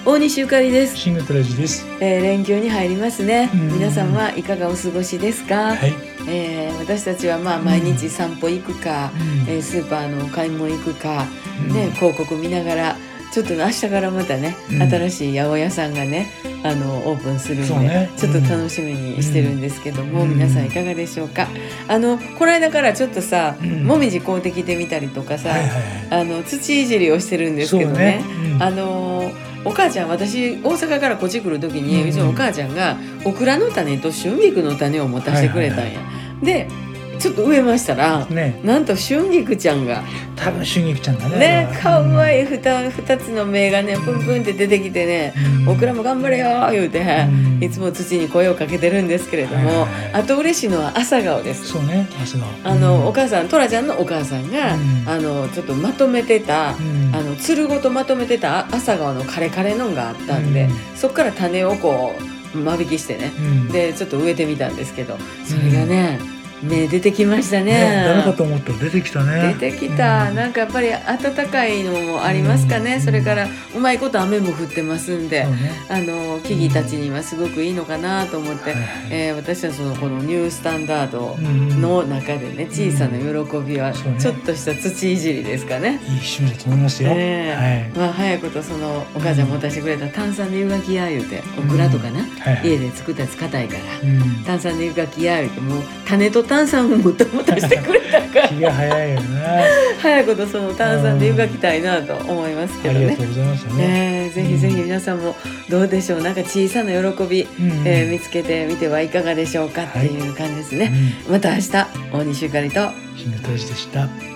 大西ゆかりです。 シングトラジです。 連休に入りますね。皆さんはいかがお過ごしですか？ はい。 私たちは毎日散歩行くか、スーパーの買い物行くか、広告見ながらちょっと明日からまたね、新しい八百屋さんがねオープンするんで、ちょっと楽しみにしてるんですけども、皆さんいかがでしょうか？この間からちょっとさ、もみじ買うてきてみたりとかさ、土いじりをしてるんですけどね、お母ちゃん、私大阪からこっち来る時に、うちのお母ちゃんがオクラの種と春菊の種を持たせてくれたんや。でちょっと植えましたら、なんと春菊ちゃんが多分春菊ちゃんがねかわいい 2つの芽がねプンプンって出てきてね、オクラも頑張れよ言うて、いつも土に声をかけてるんですけれども、あと嬉しいのは朝顔です。 そうね、朝顔。 お母さん、トラちゃんのお母さんが、ちょっとまとめてた、つるごとまとめてた朝顔のカレカレのがあったんで、そっから種をこう間引きしてね、でちょっと植えてみたんですけど、それがね、出てきましたね。 誰かと思ったら出てきたね。 出てきた。なんかやっぱり暖かいのもありますかね。それからうまいこと雨も降ってますんで、木々たちにはすごくいいのかなと思って、私はこのニュースタンダードの中でね、小さな喜びはちょっとした土いじりですかね。 いい趣味だと思いますよ。 早いことお母ちゃん持たせてくれた炭酸で湯がきや言うて、オクラとかな、家で作ったやつ硬いから、炭酸で湯がきや言うて、もう種と炭酸をもたもたしてくれたから気が早いよな。 早いこと炭酸で湯がきたいなと思いますけどね。 ありがとうございますね。 ぜひぜひ皆さんもどうでしょう、なんか小さな喜び、見つけてみてはいかがでしょうかっていう感じですね。また明日、大西ゆかりとシングトラジでした。